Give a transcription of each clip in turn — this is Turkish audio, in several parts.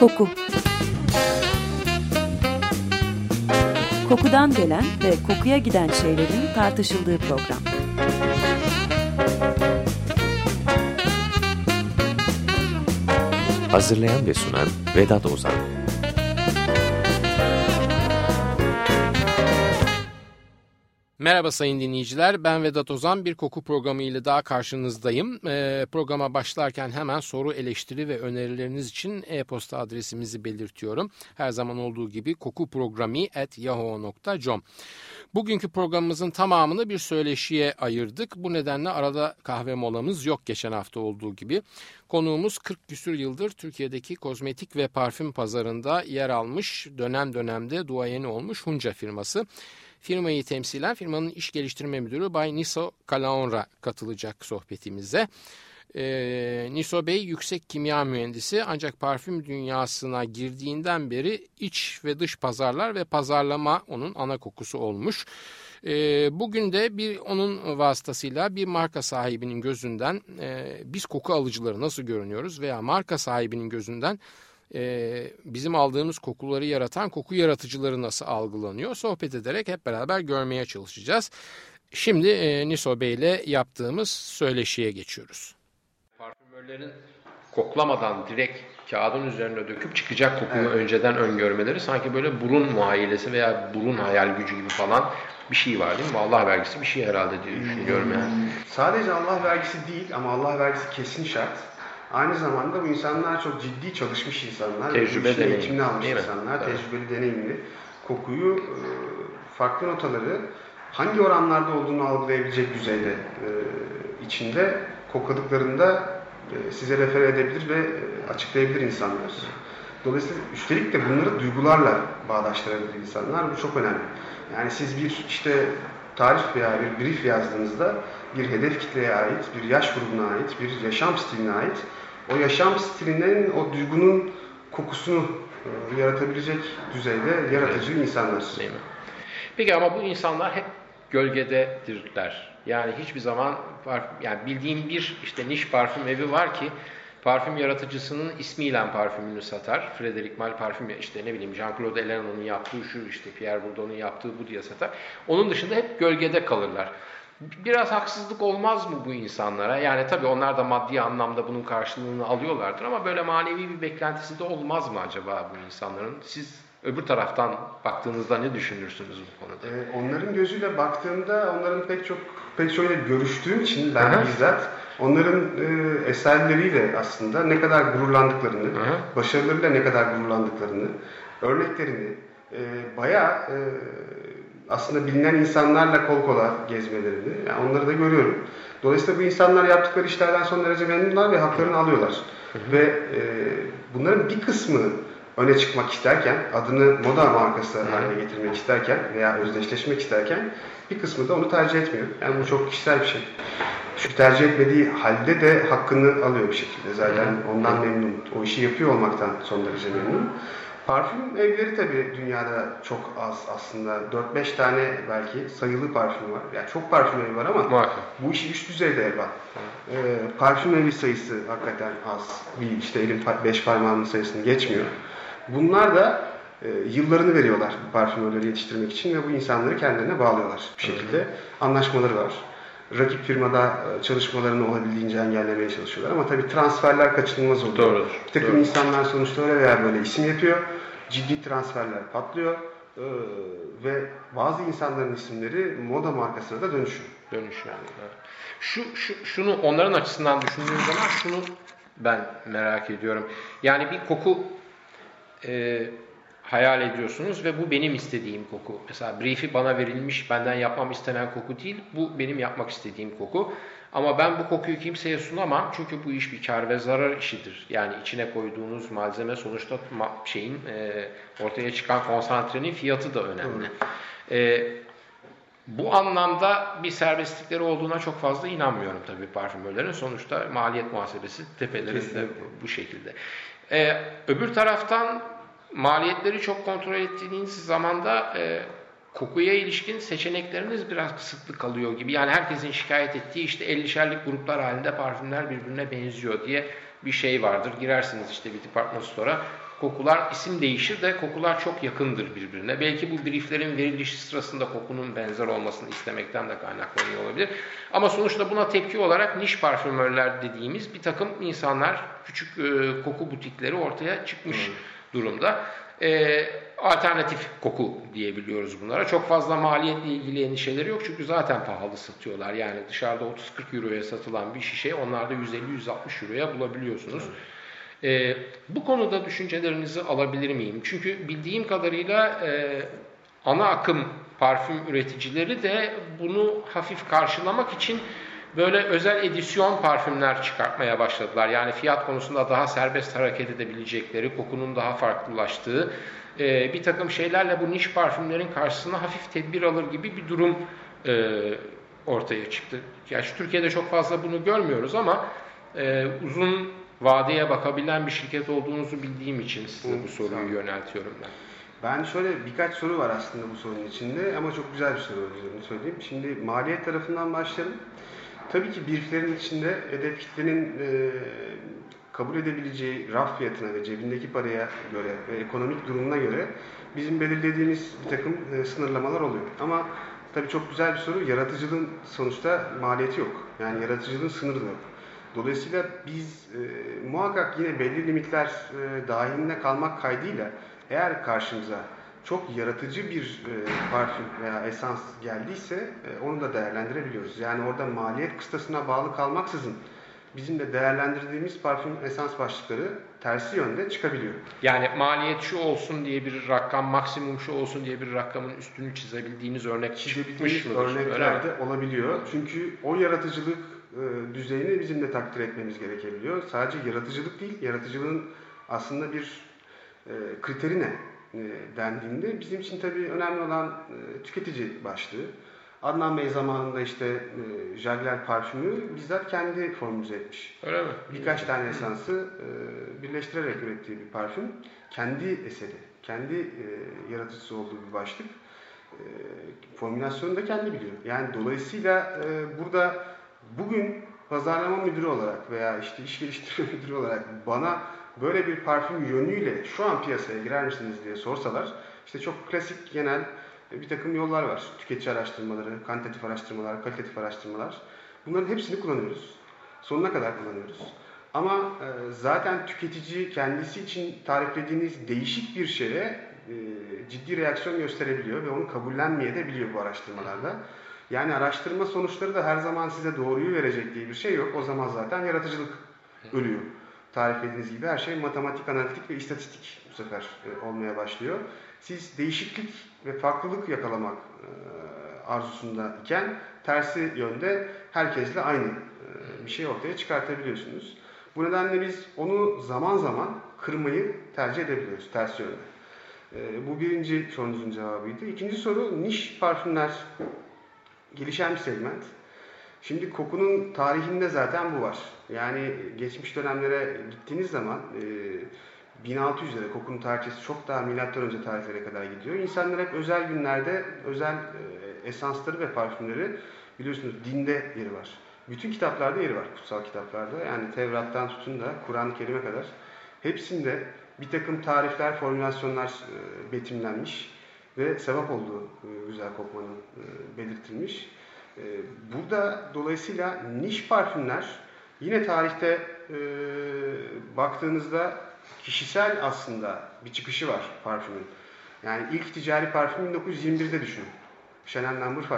Koku. Kokudan gelen ve kokuya giden şeylerin tartışıldığı program. Hazırlayan ve sunan Vedat Ozan. Merhaba sayın dinleyiciler, ben Vedat Ozan. Bir koku programı ile daha karşınızdayım. Programa başlarken hemen soru, eleştiri ve önerileriniz için e-posta adresimizi belirtiyorum. Her zaman olduğu gibi kokuprogrami@yahoo.com. Bugünkü programımızın tamamını bir söyleşiye ayırdık. Bu nedenle arada kahve molamız yok geçen hafta olduğu gibi. Konuğumuz 40 küsur yıldır Türkiye'deki kozmetik ve parfüm pazarında yer almış, dönem dönemde duayeni olmuş Hunca firması. Firmayı temsilen firmanın iş geliştirme müdürü Bay Niso Kalaonra katılacak sohbetimize. Niso Bey yüksek kimya mühendisi, ancak parfüm dünyasına girdiğinden beri iç ve dış pazarlar ve pazarlama onun ana kokusu olmuş. Bugün de onun vasıtasıyla bir marka sahibinin gözünden biz koku alıcıları nasıl görünüyoruz veya marka sahibinin gözünden bizim aldığımız kokuları yaratan koku yaratıcıları nasıl algılanıyor, sohbet ederek hep beraber görmeye çalışacağız. Şimdi Niso Bey ile yaptığımız söyleşiye geçiyoruz. Parfümörlerin koklamadan direkt kağıdın üzerine döküp çıkacak kokuyu önceden öngörmeleri sanki böyle burun muhayyilesi veya burun hayal gücü gibi falan bir şey var değil mi? Allah vergisi bir şey herhalde diye düşünüyorum yani. Sadece Allah vergisi değil ama Allah vergisi kesin şart. Aynı zamanda bu insanlar çok ciddi çalışmış insanlar. Tecrübe deneyimli. Eğitimini almış insanlar, evet. Tecrübeli, deneyimli. Kokuyu, farklı notaları hangi oranlarda olduğunu algılayabilecek düzeyde içinde kokladıklarında size refer edebilir ve açıklayabilir insanlar. Dolayısıyla üstelik de bunları duygularla bağdaştırabilir insanlar. Bu çok önemli. Yani siz bir tarif veya bir brief yazdığınızda bir hedef kitleye ait, bir yaş grubuna ait, bir yaşam stiline ait, o yaşam stilinin, o duygunun kokusunu yaratabilecek düzeyde yaratıcı insanlar. Değil mi? Peki ama bu insanlar hep gölgededirler. Yani hiçbir zaman bildiğim bir niş parfüm evi var ki parfüm yaratıcısının ismiyle parfümünü satar. Frederic Malle parfüm, Jean-Claude Ellena'nın yaptığı şu, Pierre Bourdieu'nun yaptığı bu diye satar. Onun dışında hep gölgede kalırlar. Biraz haksızlık olmaz mı bu insanlara? Yani tabii onlar da maddi anlamda bunun karşılığını alıyorlardır ama böyle manevi bir beklentisi de olmaz mı acaba bu insanların? Siz öbür taraftan baktığınızda ne düşünürsünüz bu konuda? Onların gözüyle baktığımda onların pek çoğuyla görüştüğüm için ben bizzat onların eserleriyle aslında ne kadar gururlandıklarını, başarılarıyla ne kadar gururlandıklarını, örneklerini bayağı aslında bilinen insanlarla kol kola gezmelerini, onları da görüyorum. Dolayısıyla bu insanlar yaptıkları işlerden son derece memnunlar ve haklarını alıyorlar. Ve bunların bir kısmı öne çıkmak isterken, adını moda markası haline getirmek isterken veya özdeşleşmek isterken bir kısmı da onu tercih etmiyor. Yani bu çok kişisel bir şey. Çünkü tercih etmediği halde de hakkını alıyor bir şekilde. Zaten ondan memnun. O işi yapıyor olmaktan son derece memnun. Parfüm evleri tabii dünyada çok az aslında. 4-5 tane belki sayılı parfüm var. Yani çok parfüm evi var ama bu işi üst düzeyde ev var. Parfüm evi sayısı hakikaten az. Elin 5 parmağının sayısını geçmiyor. Bunlar da yıllarını veriyorlar bu parfümörleri yetiştirmek için ve bu insanları kendilerine bağlıyorlar bir şekilde. Anlaşmaları var. Rakip firmada çalışmalarını olabildiğince engellemeye çalışıyorlar ama tabii transferler kaçınılmaz oluyor. Doğrudur. Bir takım insanlar sonuçta öyle veya böyle isim yapıyor. Ciddi transferler patlıyor ve bazı insanların isimleri moda markasına da dönüşüyor. Şunu onların açısından düşündüğüm zaman şunu ben merak ediyorum. Yani bir koku hayal ediyorsunuz ve bu benim istediğim koku. Mesela brief'i bana verilmiş, benden yapmam istenen koku değil. Bu benim yapmak istediğim koku. Ama ben bu kokuyu kimseye sunamam. Çünkü bu iş bir kar ve zarar işidir. Yani içine koyduğunuz malzeme sonuçta ortaya çıkan konsantrenin fiyatı da önemli. Bu anlamda bir serbestlikleri olduğuna çok fazla inanmıyorum tabii parfümörlerin. Sonuçta maliyet muhasebesi tepelerinde bu şekilde. Öbür taraftan maliyetleri çok kontrol ettiğiniz zaman da kokuya ilişkin seçenekleriniz biraz kısıtlı kalıyor gibi. Yani herkesin şikayet ettiği 50'şerlik gruplar halinde parfümler birbirine benziyor diye bir şey vardır. Girersiniz bir department store'a, kokular isim değişir de kokular çok yakındır birbirine. Belki bu brieflerin verilişi sırasında kokunun benzer olmasını istemekten de kaynaklanıyor olabilir. Ama sonuçta buna tepki olarak niş parfümörler dediğimiz bir takım insanlar, küçük koku butikleri ortaya çıkmış durumda. Alternatif koku diyebiliyoruz bunlara. Çok fazla maliyetle ilgili endişeleri yok çünkü zaten pahalı satıyorlar. Yani dışarıda 30-40 euroya satılan bir şişe onlarda 150-160 euroya bulabiliyorsunuz. Bu konuda düşüncelerinizi alabilir miyim? Çünkü bildiğim kadarıyla ana akım parfüm üreticileri de bunu hafif karşılamak için böyle özel edisyon parfümler çıkartmaya başladılar. Yani fiyat konusunda daha serbest hareket edebilecekleri, kokunun daha farklılaştığı bir takım şeylerle bu niş parfümlerin karşısına hafif tedbir alır gibi bir durum ortaya çıktı. Gerçi Türkiye'de çok fazla bunu görmüyoruz ama uzun vadeye bakabilen bir şirket olduğunuzu bildiğim için size bu soruyu yöneltiyorum ben. Ben şöyle birkaç soru var aslında bu sorunun içinde ama çok güzel bir soru olduğunu söyleyeyim. Şimdi maliyet tarafından başlayalım. Tabii ki brieflerin içinde hedef kitlenin kabul edebileceği raf fiyatına ve cebindeki paraya göre ve ekonomik durumuna göre bizim belirlediğimiz bir takım sınırlamalar oluyor. Ama tabii çok güzel bir soru. Yaratıcılığın sonuçta maliyeti yok. Yani yaratıcılığın sınırı da yok. Dolayısıyla biz muhakkak yine belli limitler dahilinde kalmak kaydıyla eğer karşımıza çok yaratıcı bir parfüm veya esans geldiyse onu da değerlendirebiliyoruz. Yani orada maliyet kıstasına bağlı kalmaksızın bizim de değerlendirdiğimiz parfüm esans başlıkları tersi yönde çıkabiliyor. Yani maliyet şu olsun diye bir rakam, maksimum şu olsun diye bir rakamın üstünü çizebildiğiniz örnekler de olabiliyor. Çünkü o yaratıcılık düzeyini bizim de takdir etmemiz gerekebiliyor. Sadece yaratıcılık değil, yaratıcılığın aslında bir kriteri ne dendiğinde bizim için tabii önemli olan tüketici başlığı. Adnan Bey zamanında işte Jagler parfümü bizzat kendi formüle etmiş. Öyle mi? Birkaç tane esansı birleştirerek ürettiği bir parfüm. Kendi eseri, kendi yaratıcısı olduğu bir başlık. Formülasyonu da kendi biliyor. Yani dolayısıyla burada bugün pazarlama müdürü olarak veya işte iş geliştirme müdürü olarak bana böyle bir parfüm yönüyle şu an piyasaya girer misiniz diye sorsalar işte çok klasik genel bir takım yollar var. Tüketici araştırmaları, kantitatif araştırmalar, kalitatif araştırmalar. Bunların hepsini kullanıyoruz. Sonuna kadar kullanıyoruz. Ama zaten tüketici kendisi için tariflediğiniz değişik bir şeye ciddi reaksiyon gösterebiliyor ve onu kabullenmeye de biliyor bu araştırmalarda. Yani araştırma sonuçları da her zaman size doğruyu verecek diye bir şey yok. O zaman zaten yaratıcılık ölüyor. Tariflediğiniz gibi her şey matematik, analitik ve istatistik bu sefer olmaya başlıyor. Siz değişiklik ve farklılık yakalamak arzusunda iken tersi yönde herkesle aynı bir şey ortaya çıkartabiliyorsunuz. Bu nedenle biz onu zaman zaman kırmayı tercih edebiliyoruz ters yönde. Bu birinci sorunuzun cevabıydı. İkinci soru niş parfümler gelişen bir segment. Şimdi kokunun tarihinde zaten bu var. Yani geçmiş dönemlere gittiğiniz zaman 1600'lere kokunun tarihçesi çok daha milattan önce tarihlere kadar gidiyor. İnsanlar hep özel günlerde özel esansları ve parfümleri biliyorsunuz dinde yeri var. Bütün kitaplarda yeri var, kutsal kitaplarda. Yani Tevrat'tan tutun da Kur'an-ı Kerim'e kadar hepsinde bir takım tarifler, formülasyonlar betimlenmiş ve sevap olduğu güzel kokmanın belirtilmiş. Burada dolayısıyla niş parfümler yine tarihte baktığınızda kişisel aslında bir çıkışı var parfümün. Yani ilk ticari parfüm 1921'de düşünün. Chanel No. 5.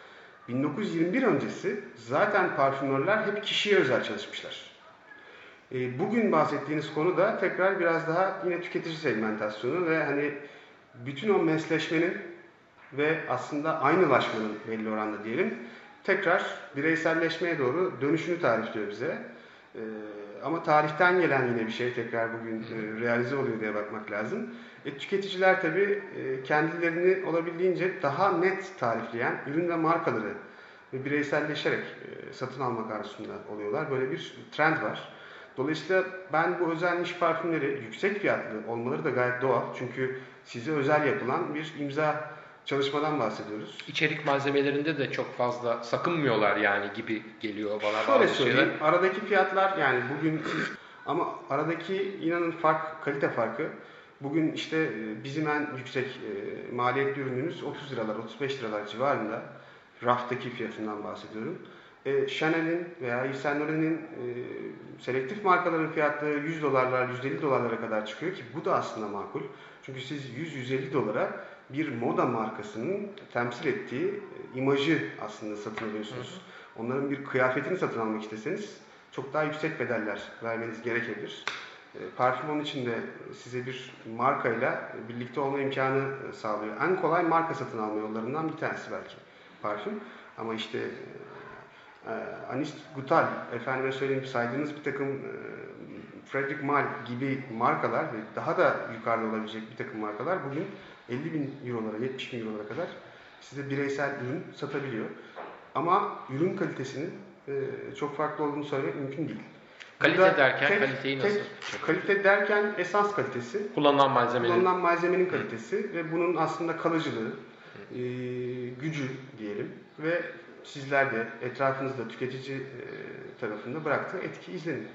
1921 öncesi zaten parfümörler hep kişiye özel çalışmışlar. Bugün bahsettiğiniz konu da tekrar biraz daha yine tüketici segmentasyonu ve hani bütün o mesleşmenin ve aslında aynılaşmanın belli oranda diyelim tekrar bireyselleşmeye doğru dönüşünü tarifliyor bize. Ama tarihten gelen yine bir şey tekrar bugün realize oluyor diye bakmak lazım. Tüketiciler tabii kendilerini olabildiğince daha net tarifleyen ürün ve markaları bireyselleşerek satın almak arzusunda oluyorlar. Böyle bir trend var. Dolayısıyla ben bu özel niş parfümleri yüksek fiyatlı olmaları da gayet doğal. Çünkü size özel yapılan bir imza çalışmadan bahsediyoruz. İçerik malzemelerinde de çok fazla sakınmıyorlar yani gibi geliyor bana Şöyle bazı söyleyeyim, şeyler. aradaki fiyatlar yani bugün siz Ama aradaki inanın kalite farkı, bugün işte bizim en yüksek maliyetli ürünümüz 30 liralar, 35 liralar civarında, raftaki fiyatından bahsediyorum. Chanel'in veya Yves Saint Laurent'in selektif markaların fiyatları 100 dolarlar, 150 dolarlara kadar çıkıyor ki bu da aslında makul. Çünkü siz 100-150 dolara bir moda markasının temsil ettiği imajı aslında satın alıyorsunuz. Onların bir kıyafetini satın almak isteseniz çok daha yüksek bedeller vermeniz gerekebilir. Parfüm onun için de size bir markayla birlikte olma imkanı sağlıyor. En kolay marka satın alma yollarından bir tanesi belki parfüm. Ama işte Anis Goutal, efendime söyleyeyim saydığınız bir takım Frederic Malle gibi markalar ve daha da yukarıda olabilecek bir takım markalar bugün 50 bin eurolara, 70 bin eurolara kadar size bireysel ürün satabiliyor. Ama ürün kalitesinin çok farklı olduğunu söylemek mümkün değil. Kalite derken kaliteyi nasıl? Kalite derken esans kalitesi, Kullanılan malzemenin kalitesi ve bunun aslında kalıcılığı, gücü diyelim ve sizlerde, etrafınızda tüketici tarafında bıraktığı etki izlenir.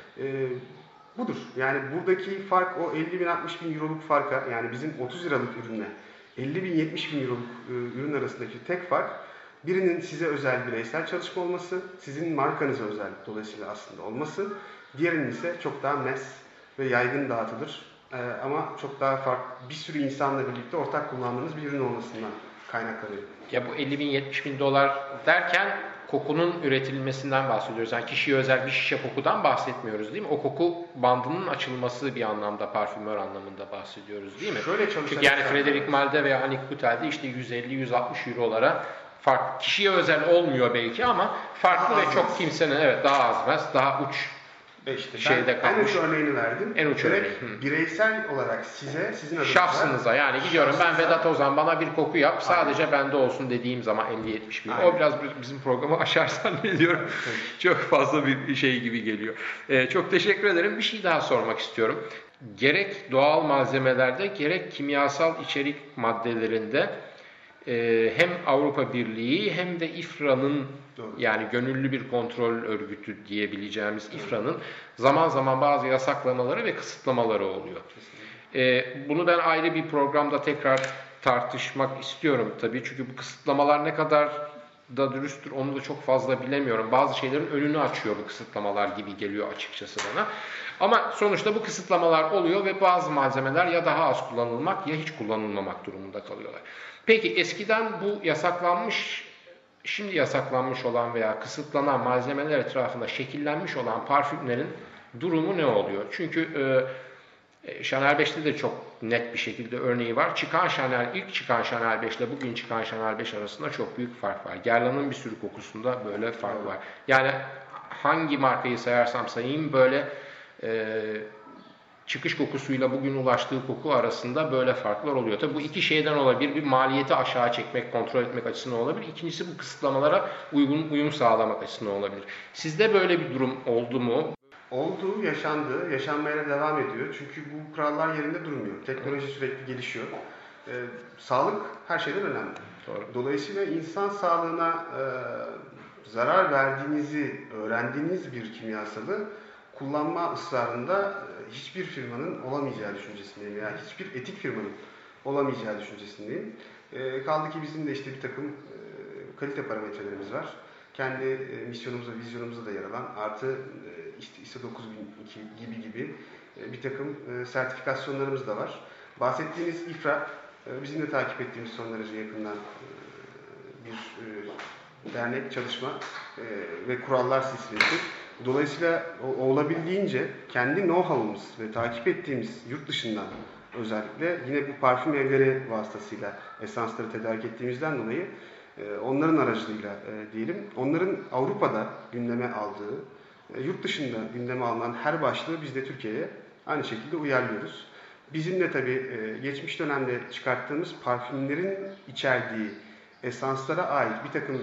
Budur. Yani buradaki fark o 50 bin 60 bin euroluk farka, yani bizim 30 liralık ürünle 50 bin 70 bin euroluk ürün arasındaki tek fark, birinin size özel bireysel çalışma olması, sizin markanıza özel dolayısıyla aslında olması, diğerinin ise çok daha ve yaygın dağıtılır. Ama çok daha farklı, bir sürü insanla birlikte ortak kullandığınız bir ürün olmasından kaynaklanıyor. Ya bu 50 bin 70 bin dolar derken kokunun üretilmesinden bahsediyoruz. Yani kişiye özel bir şişe kokudan bahsetmiyoruz değil mi? O koku bandının açılması bir anlamda parfümör anlamında bahsediyoruz değil mi? Çünkü yani Frederic Malle'de veya Anis Goutal'de işte 150-160 eurolara farklı. Kişiye özel olmuyor belki ama farklı daha ve çok kimsenin daha az, daha uç şeyde kalmış. En uç örneğini verdim. En uç örneği. Bireysel olarak sizin adınıza. Şahsınıza yani gidiyorum ben Vedat Ozan bana bir koku yap sadece bende olsun dediğim zaman 50-70 bin. O biraz bizim programı aşar zannediyorum. Çok fazla bir şey gibi geliyor. Çok teşekkür ederim. Bir şey daha sormak istiyorum. Gerek doğal malzemelerde gerek kimyasal içerik maddelerinde hem Avrupa Birliği hem de İFRA'nın yani gönüllü bir kontrol örgütü diyebileceğimiz İFRA'nın zaman zaman bazı yasaklamaları ve kısıtlamaları oluyor. Bunu ben ayrı bir programda tekrar tartışmak istiyorum tabii. Çünkü bu kısıtlamalar ne kadar da dürüsttür onu da çok fazla bilemiyorum. Bazı şeylerin önünü açıyor bu kısıtlamalar gibi geliyor açıkçası bana. Ama sonuçta bu kısıtlamalar oluyor ve bazı malzemeler ya daha az kullanılmak ya hiç kullanılmamak durumunda kalıyorlar. Peki eskiden bu yasaklanmış, şimdi yasaklanmış olan veya kısıtlanan malzemeler etrafında şekillenmiş olan parfümlerin durumu ne oluyor? Çünkü Chanel 5'te de çok net bir şekilde örneği var. İlk çıkan Chanel 5 ile bugün çıkan Chanel 5 arasında çok büyük fark var. Guerlain'in bir sürü kokusunda böyle fark var. Yani hangi markayı sayarsam sayayım böyle çıkış kokusuyla bugün ulaştığı koku arasında böyle farklar oluyor. Tabii bu iki şeyden olabilir. Bir maliyeti aşağı çekmek, kontrol etmek açısından olabilir. İkincisi bu kısıtlamalara uyum sağlamak açısından olabilir. Sizde böyle bir durum oldu mu? Oldu, yaşandı, yaşanmaya da devam ediyor. Çünkü bu kurallar yerinde durmuyor. Teknoloji sürekli gelişiyor. Sağlık her şeyden önemli. Doğru. Dolayısıyla insan sağlığına zarar verdiğinizi öğrendiğiniz bir kimyasalı kullanma ısrarında hiçbir firmanın olamayacağı düşüncesindeyim. Yani hiçbir etik firmanın olamayacağı düşüncesindeyim. Kaldı ki bizim de işte bir takım kalite parametrelerimiz var. Kendi misyonumuza, vizyonumuza da yer alan artı işte ISO 9002 gibi bir takım sertifikasyonlarımız da var. Bahsettiğiniz İFRA, bizim de takip ettiğimiz son derece yakından bir dernek çalışma ve kurallar silsilesi. Dolayısıyla olabildiğince kendi know-how'ımız ve takip ettiğimiz yurt dışından özellikle yine bu parfüm evleri vasıtasıyla esansları tedarik ettiğimizden dolayı onların aracılığıyla diyelim, onların Avrupa'da gündeme aldığı, yurt dışında gündeme alınan her başlığı biz de Türkiye'ye aynı şekilde uyarlıyoruz. Bizim de tabii geçmiş dönemde çıkarttığımız parfümlerin içerdiği esanslara ait bir takım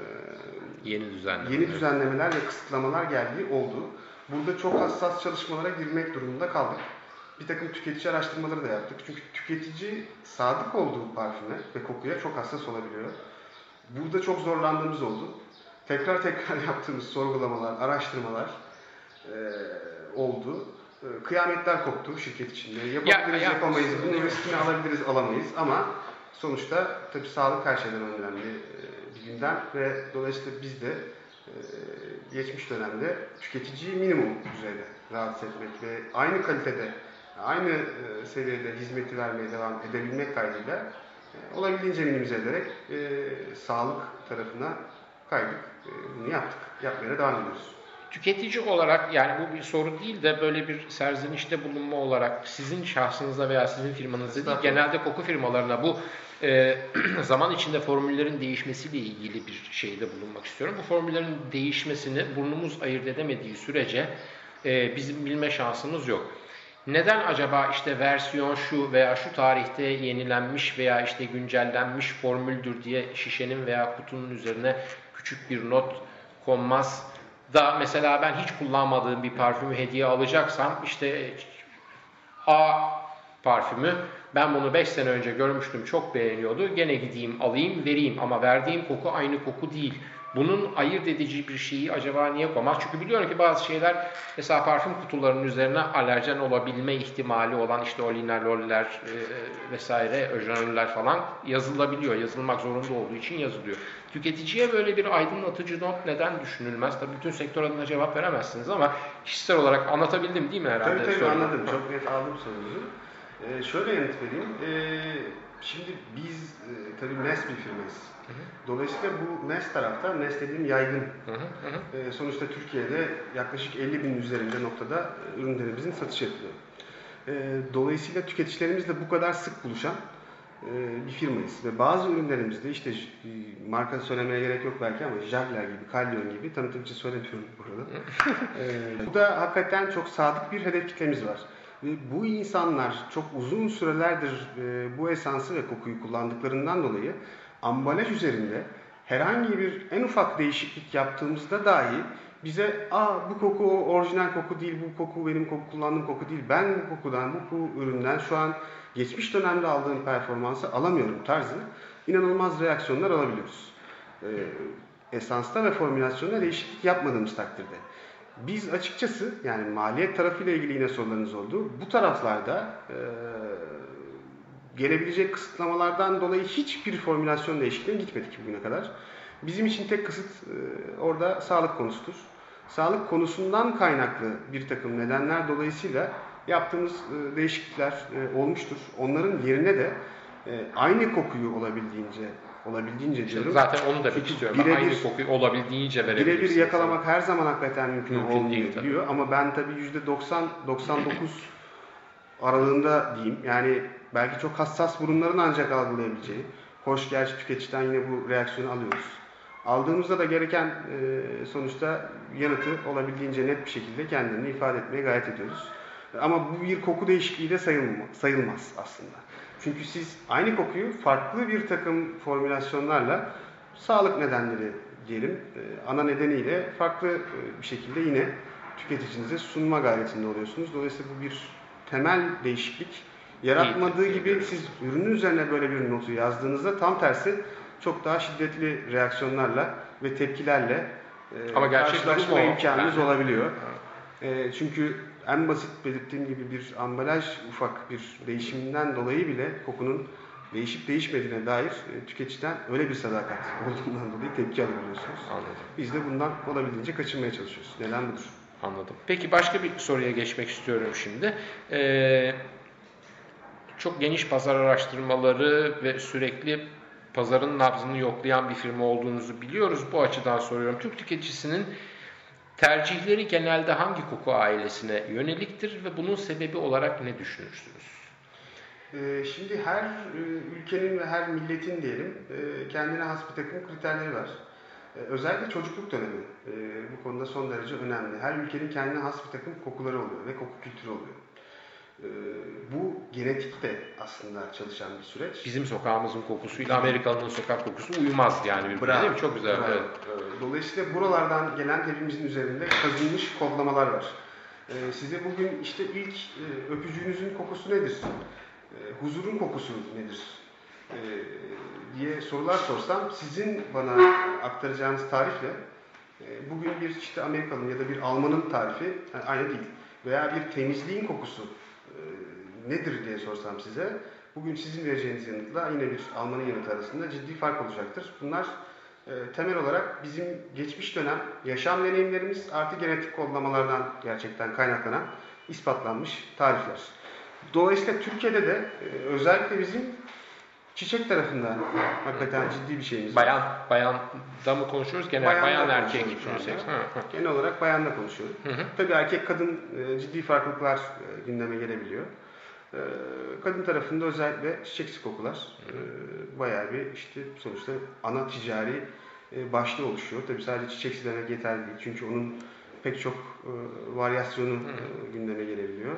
yeni düzenlemeler ve kısıtlamalar geldiği oldu. Burada çok hassas çalışmalara girmek durumunda kaldık. Bir takım tüketici araştırmaları da yaptık. Çünkü tüketici sadık olduğu parfüme ve kokuya çok hassas olabiliyor. Burada çok zorlandığımız oldu. Tekrar yaptığımız sorgulamalar, araştırmalar oldu. Kıyametler koptu şirket içinde. Yapabiliriz, yapamayız, bunun riskini alabiliriz, alamayız ama sonuçta tabii sağlık her şeyden önemli bir gündem ve dolayısıyla biz de geçmiş dönemde tüketiciyi minimum düzeyde rahatsız etmek ve aynı kalitede, aynı seviyede hizmeti vermeye devam edebilmek kaydıyla olabildiğince minimize ederek sağlık tarafına kaydık. Bunu yaptık. Yapmaya devam ediyoruz. Tüketici olarak, yani bu bir soru değil de böyle bir serzenişte bulunma olarak sizin şahsınıza veya sizin firmanızda değil, genelde koku firmalarına bu zaman içinde formüllerin değişmesiyle ilgili bir şeyde bulunmak istiyorum. Bu formüllerin değişmesini burnumuz ayırt edemediği sürece bizim bilme şansımız yok. Neden acaba işte versiyon şu veya şu tarihte yenilenmiş veya işte güncellenmiş formüldür diye şişenin veya kutunun üzerine küçük bir not konmaz da mesela ben hiç kullanmadığım bir parfümü hediye alacaksam işte A parfümü ben bunu 5 sene önce görmüştüm, çok beğeniyordu, gene gideyim alayım vereyim ama verdiğim koku aynı koku değil. Bunun ayırt edici bir şeyi acaba niye koymaz? Çünkü biliyorum ki bazı şeyler mesela parfüm kutularının üzerine alerjen olabilme ihtimali olan işte o linaloller vesaire, öjenöller falan yazılabiliyor. Yazılmak zorunda olduğu için yazılıyor. Tüketiciye böyle bir aydınlatıcı not neden düşünülmez? Tabii bütün sektör adına cevap veremezsiniz ama kişisel olarak anlatabildim değil mi herhalde? Tabii anladım. Çok net aldım sorunuzu. Şöyle yanıt vereyim. Şimdi biz tabii MES bir firmayız. Dolayısıyla bu MES tarafta, MES dediğim yaygın. Sonuçta Türkiye'de yaklaşık 50 bin üzerinde noktada ürünlerimizin satış yapılıyor. Dolayısıyla tüketicilerimizle bu kadar sık buluşan bir firmayız. Ve bazı ürünlerimizde işte marka söylemeye gerek yok belki ama Jagler gibi, Callion gibi tanıtımcı söylemiyorum burada. Bu da hakikaten çok sadık bir hedef kitlemiz var. Ve bu insanlar çok uzun sürelerdir bu esansı ve kokuyu kullandıklarından dolayı ambalaj üzerinde herhangi bir en ufak değişiklik yaptığımızda dahi bize bu koku orijinal koku değil, bu koku benim kullandığım koku değil, ben bu kokudan, bu üründen şu an geçmiş dönemde aldığım performansı alamıyorum tarzı inanılmaz reaksiyonlar alabiliyoruz. Esansta ve formülasyonda değişiklik yapmadığımız takdirde. Biz açıkçası yani maliyet tarafıyla ilgili yine sorularınız oldu. Bu taraflarda gelebilecek kısıtlamalardan dolayı hiçbir formülasyon değişikliğine gitmedik bugüne kadar. Bizim için tek kısıt orada sağlık konusudur. Sağlık konusundan kaynaklı bir takım nedenler dolayısıyla yaptığımız değişiklikler olmuştur. Onların yerine de aynı kokuyu olabildiğince diyorum. Zaten onu da istiyorum. Aynı kokuyu olabildiğince verebilirsiniz. Birebir yakalamak her zaman hakikaten mümkün olmuyor. Ama ben tabii %90-99 aralığında diyeyim. Yani belki çok hassas burunların ancak algılayabileceği. Hoş, gerçi tüketiciden yine bu reaksiyonu alıyoruz. Aldığımızda da gereken sonuçta yanıtı olabildiğince net bir şekilde kendini ifade etmeye gayret ediyoruz. Ama bu bir koku değişikliği de sayılmaz aslında. Çünkü siz aynı kokuyu farklı bir takım formülasyonlarla sağlık nedenleri diyelim ana nedeniyle farklı bir şekilde yine tüketicinize sunma gayretinde oluyorsunuz. Dolayısıyla bu bir temel değişiklik yaratmadığı gibi siz ürünün üzerine böyle bir notu yazdığınızda tam tersi çok daha şiddetli reaksiyonlarla ve tepkilerle karşılaşma imkanınız olabiliyor. Çünkü en basit belirttiğim gibi bir ambalaj ufak bir değişiminden dolayı bile kokunun değişip değişmediğine dair tüketiciden öyle bir sadakat olduğundan dolayı tepki alabiliyorsunuz. Anladım. Biz de bundan olabildiğince kaçınmaya çalışıyoruz. Neden budur? Anladım. Peki başka bir soruya geçmek istiyorum şimdi. Çok geniş pazar araştırmaları ve sürekli pazarın nabzını yoklayan bir firma olduğunuzu biliyoruz. Bu açıdan soruyorum. Türk tüketicisinin tercihleri genelde hangi koku ailesine yöneliktir ve bunun sebebi olarak ne düşünürsünüz? Şimdi her ülkenin ve her milletin diyelim kendine has bir takım kriterleri var. Özellikle çocukluk dönemi bu konuda son derece önemli. Her ülkenin kendine has bir takım kokuları oluyor ve koku kültürü oluyor. Bu genetikte aslında çalışan bir süreç. Bizim sokağımızın kokusuyla Amerikalı'nın sokak kokusu uyumaz yani birbirine, değil mi? Çok güzel. Evet. Dolayısıyla buralardan gelen hepimizin üzerinde kazınmış kodlamalar var. Size bugün işte ilk öpücüğünüzün kokusu nedir? Huzurun kokusu nedir? Diye sorular sorsam sizin bana aktaracağınız tarifle bugün bir işte Amerikalı'nın ya da bir Alman'ın tarifi aynı değil. veya bir temizliğin kokusu nedir diye sorsam size, bugün sizin vereceğiniz yanıtla yine bir Alman'ın yanıtı arasında ciddi fark olacaktır. Bunlar temel olarak bizim geçmiş dönem yaşam deneyimlerimiz artı genetik kodlamalardan gerçekten kaynaklanan ispatlanmış tarifler. Dolayısıyla Türkiye'de de özellikle bizim çiçek tarafından hakikaten ciddi bir şeyimiz var. Bayan'da mı konuşuyoruz? Genel bayan erkek. Genel olarak bayanla konuşuyorum. Tabii erkek kadın ciddi farklılıklar gündeme gelebiliyor. Kadın tarafında özellikle çiçeksi kokular bayağı bir işte sonuçta ana ticari başlığı oluşuyor. Tabii sadece çiçeksi demek yeterli değil. Çünkü onun pek çok varyasyonu gündeme gelebiliyor.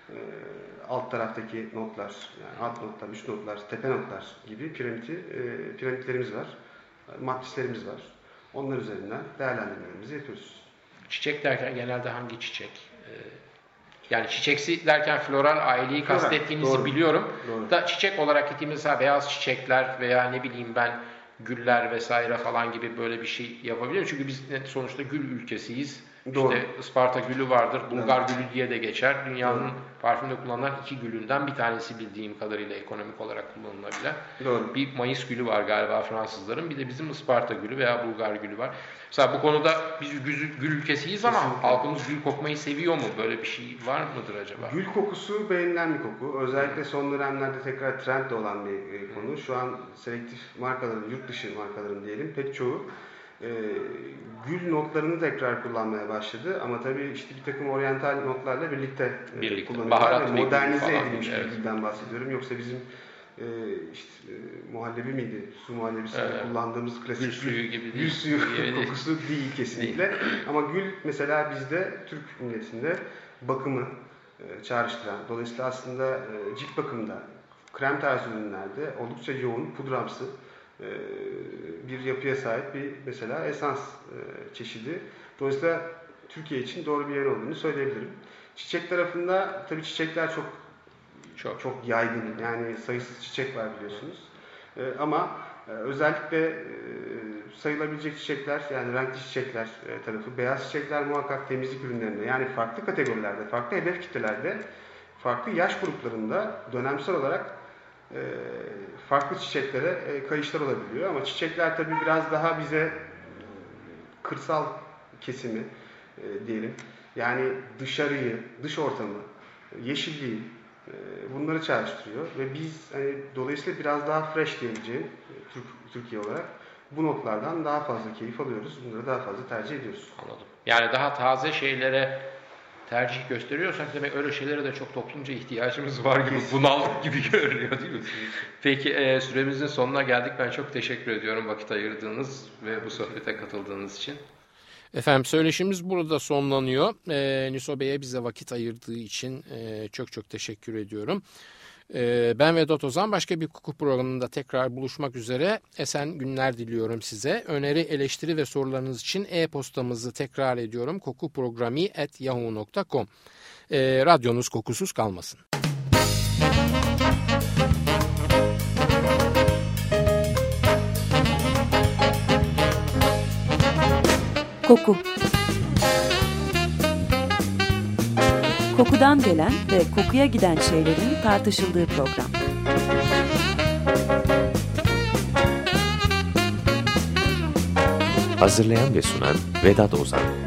Alt taraftaki notlar, yani alt notlar, üst notlar, tepe notlar gibi piramitlerimiz var. Matrislerimiz var. Onlar üzerinden değerlendirmelerimizi yapıyoruz. Çiçek derken genelde hangi çiçek? Yani çiçeksi derken floral aileyi kastettiğinizi biliyorum. Doğru. Da çiçek olarak gittiğimiz mesela beyaz çiçekler veya ne bileyim ben güller vesaire falan gibi böyle bir şey yapabiliriz. Çünkü biz sonuçta gül ülkesiyiz. Doğru. İşte Isparta gülü vardır, Bulgar gülü diye de geçer. Dünyanın parfümde kullanılan 2 gülünden bir tanesi bildiğim kadarıyla ekonomik olarak kullanılabilen. Doğru. Bir Mayıs gülü var galiba Fransızların. Bir de bizim Isparta gülü veya Bulgar gülü var. Mesela bu konuda biz gül ülkesiyiz ama kesinlikle halkımız gül kokmayı seviyor mu? Böyle bir şey var mıdır acaba? Gül kokusu beğenilen bir koku. Özellikle son dönemlerde tekrar trendde olan bir konu. Şu an selektif markaların, yurt dışı markaların diyelim pek çoğu gül notlarını tekrar kullanmaya başladı. Ama tabii işte bir takım oryantal notlarla birlikte kullanıyorlar. Modernize edilmiş bir gülden bahsediyorum. Yoksa bizim muhallebi miydi? Su muhallebisinde kullandığımız klasik gül suyu gibi gül suyu kokusu değil kesinlikle. Ama gül mesela bizde Türk milletinde bakımı çağrıştıran. Dolayısıyla aslında cilt bakımında, krem tarzı ürünlerde oldukça yoğun, pudramsı bir yapıya sahip bir mesela esans çeşidi. Dolayısıyla Türkiye için doğru bir yer olduğunu söyleyebilirim. Çiçek tarafında tabii çiçekler çok yaygın. Yani sayısız çiçek var biliyorsunuz. Ama özellikle sayılabilecek çiçekler, yani renkli çiçekler tarafı, beyaz çiçekler muhakkak temizlik ürünlerinde, yani farklı kategorilerde, farklı hedef kitlelerde, farklı yaş gruplarında dönemsel olarak farklı çiçeklere kayışlar olabiliyor. Ama çiçekler tabii biraz daha bize kırsal kesimi diyelim. Yani dışarıyı, dış ortamı, yeşilliği bunları çağrıştırıyor ve biz dolayısıyla biraz daha fresh diyebileceğim Türkiye olarak bu notlardan daha fazla keyif alıyoruz. Bunları daha fazla tercih ediyoruz. Anladım. Yani daha taze şeylere tercih gösteriyorsak demek öyle şeylere de çok toplumca ihtiyacımız var gibi, bunaldık gibi görünüyor değil mi? Peki süremizin sonuna geldik. Ben çok teşekkür ediyorum vakit ayırdığınız ve bu sohbete katıldığınız için. Efendim söyleşimiz burada sonlanıyor. Niso Bey'e bize vakit ayırdığı için çok teşekkür ediyorum. Ben Vedat Ozan, başka bir koku programında tekrar buluşmak üzere. Esen günler diliyorum size. Öneri, eleştiri ve sorularınız için e-postamızı tekrar ediyorum. kokuprogrami@yahoo.com. Radyonuz kokusuz kalmasın. Koku. Kokudan gelen ve kokuya giden şeylerin tartışıldığı program. Hazırlayan ve sunan Vedat Ozan.